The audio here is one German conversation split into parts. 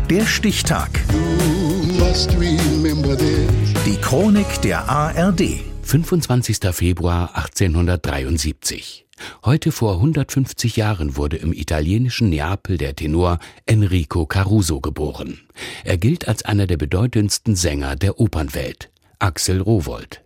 Der Stichtag. Die Chronik der ARD. 25. Februar 1873. Heute vor 150 Jahren wurde im italienischen Neapel der Tenor Enrico Caruso geboren. Er gilt als einer der bedeutendsten Sänger der Opernwelt. Axel Rowohlt.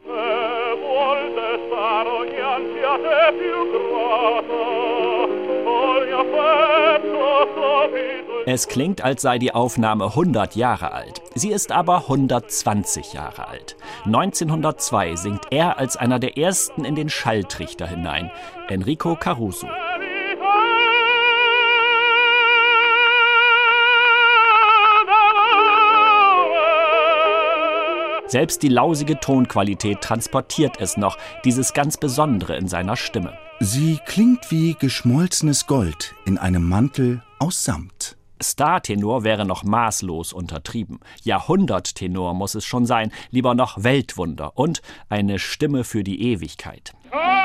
Es klingt, als sei die Aufnahme 100 Jahre alt. Sie ist aber 120 Jahre alt. 1902 singt er als einer der ersten in den Schalltrichter hinein, Enrico Caruso. Selbst die lausige Tonqualität transportiert es noch, dieses ganz Besondere in seiner Stimme. Sie klingt wie geschmolzenes Gold in einem Mantel aus Samt. Startenor wäre noch maßlos untertrieben. Jahrhunderttenor muss es schon sein, lieber noch Weltwunder und eine Stimme für die Ewigkeit.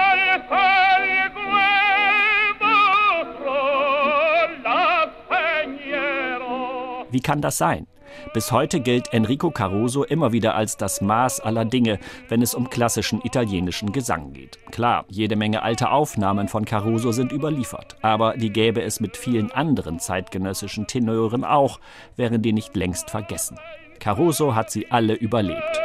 Wie kann das sein? Bis heute gilt Enrico Caruso immer wieder als das Maß aller Dinge, wenn es um klassischen italienischen Gesang geht. Klar, jede Menge alte Aufnahmen von Caruso sind überliefert, aber die gäbe es mit vielen anderen zeitgenössischen Tenoren auch, wären die nicht längst vergessen. Caruso hat sie alle überlebt.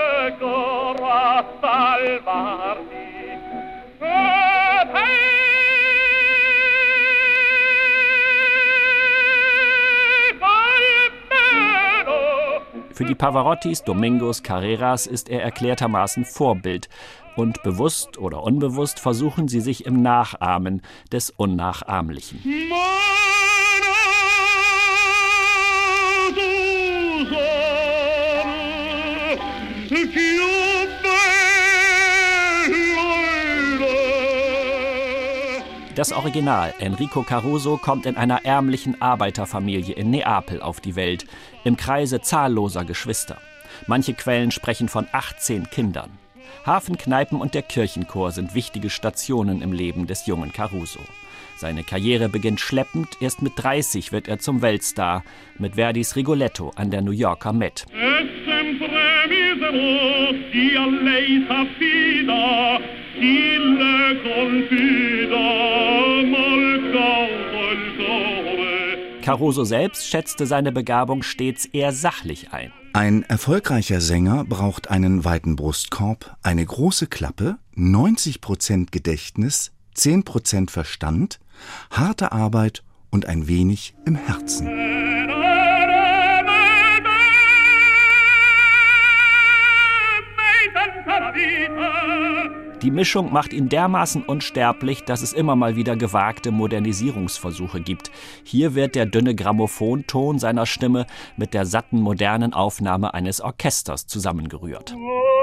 Für die Pavarottis, Domingos, Carreras ist er erklärtermaßen Vorbild. Und bewusst oder unbewusst versuchen sie sich im Nachahmen des Unnachahmlichen. Das Original, Enrico Caruso, kommt in einer ärmlichen Arbeiterfamilie in Neapel auf die Welt, im Kreise zahlloser Geschwister. Manche Quellen sprechen von 18 Kindern. Hafenkneipen und der Kirchenchor sind wichtige Stationen im Leben des jungen Caruso. Seine Karriere beginnt schleppend, erst mit 30 wird er zum Weltstar, mit Verdis Rigoletto an der New Yorker Met. Caruso selbst schätzte seine Begabung stets eher sachlich ein. Ein erfolgreicher Sänger braucht einen weiten Brustkorb, eine große Klappe, 90% Gedächtnis, 10% Verstand, harte Arbeit und ein wenig im Herzen. Die Mischung macht ihn dermaßen unsterblich, dass es immer mal wieder gewagte Modernisierungsversuche gibt. Hier wird der dünne Grammophonton seiner Stimme mit der satten modernen Aufnahme eines Orchesters zusammengerührt.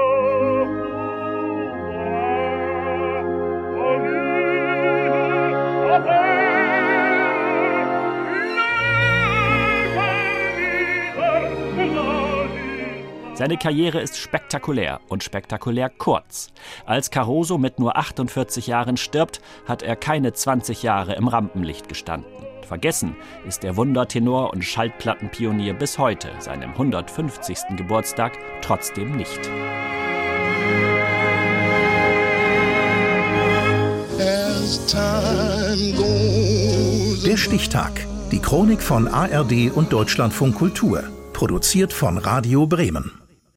Seine Karriere ist spektakulär und spektakulär kurz. Als Caruso mit nur 48 Jahren stirbt, hat er keine 20 Jahre im Rampenlicht gestanden. Vergessen ist der Wundertenor und Schallplattenpionier bis heute, seinem 150. Geburtstag, trotzdem nicht. Der Stichtag. Die Chronik von ARD und Deutschlandfunk Kultur. Produziert von Radio Bremen.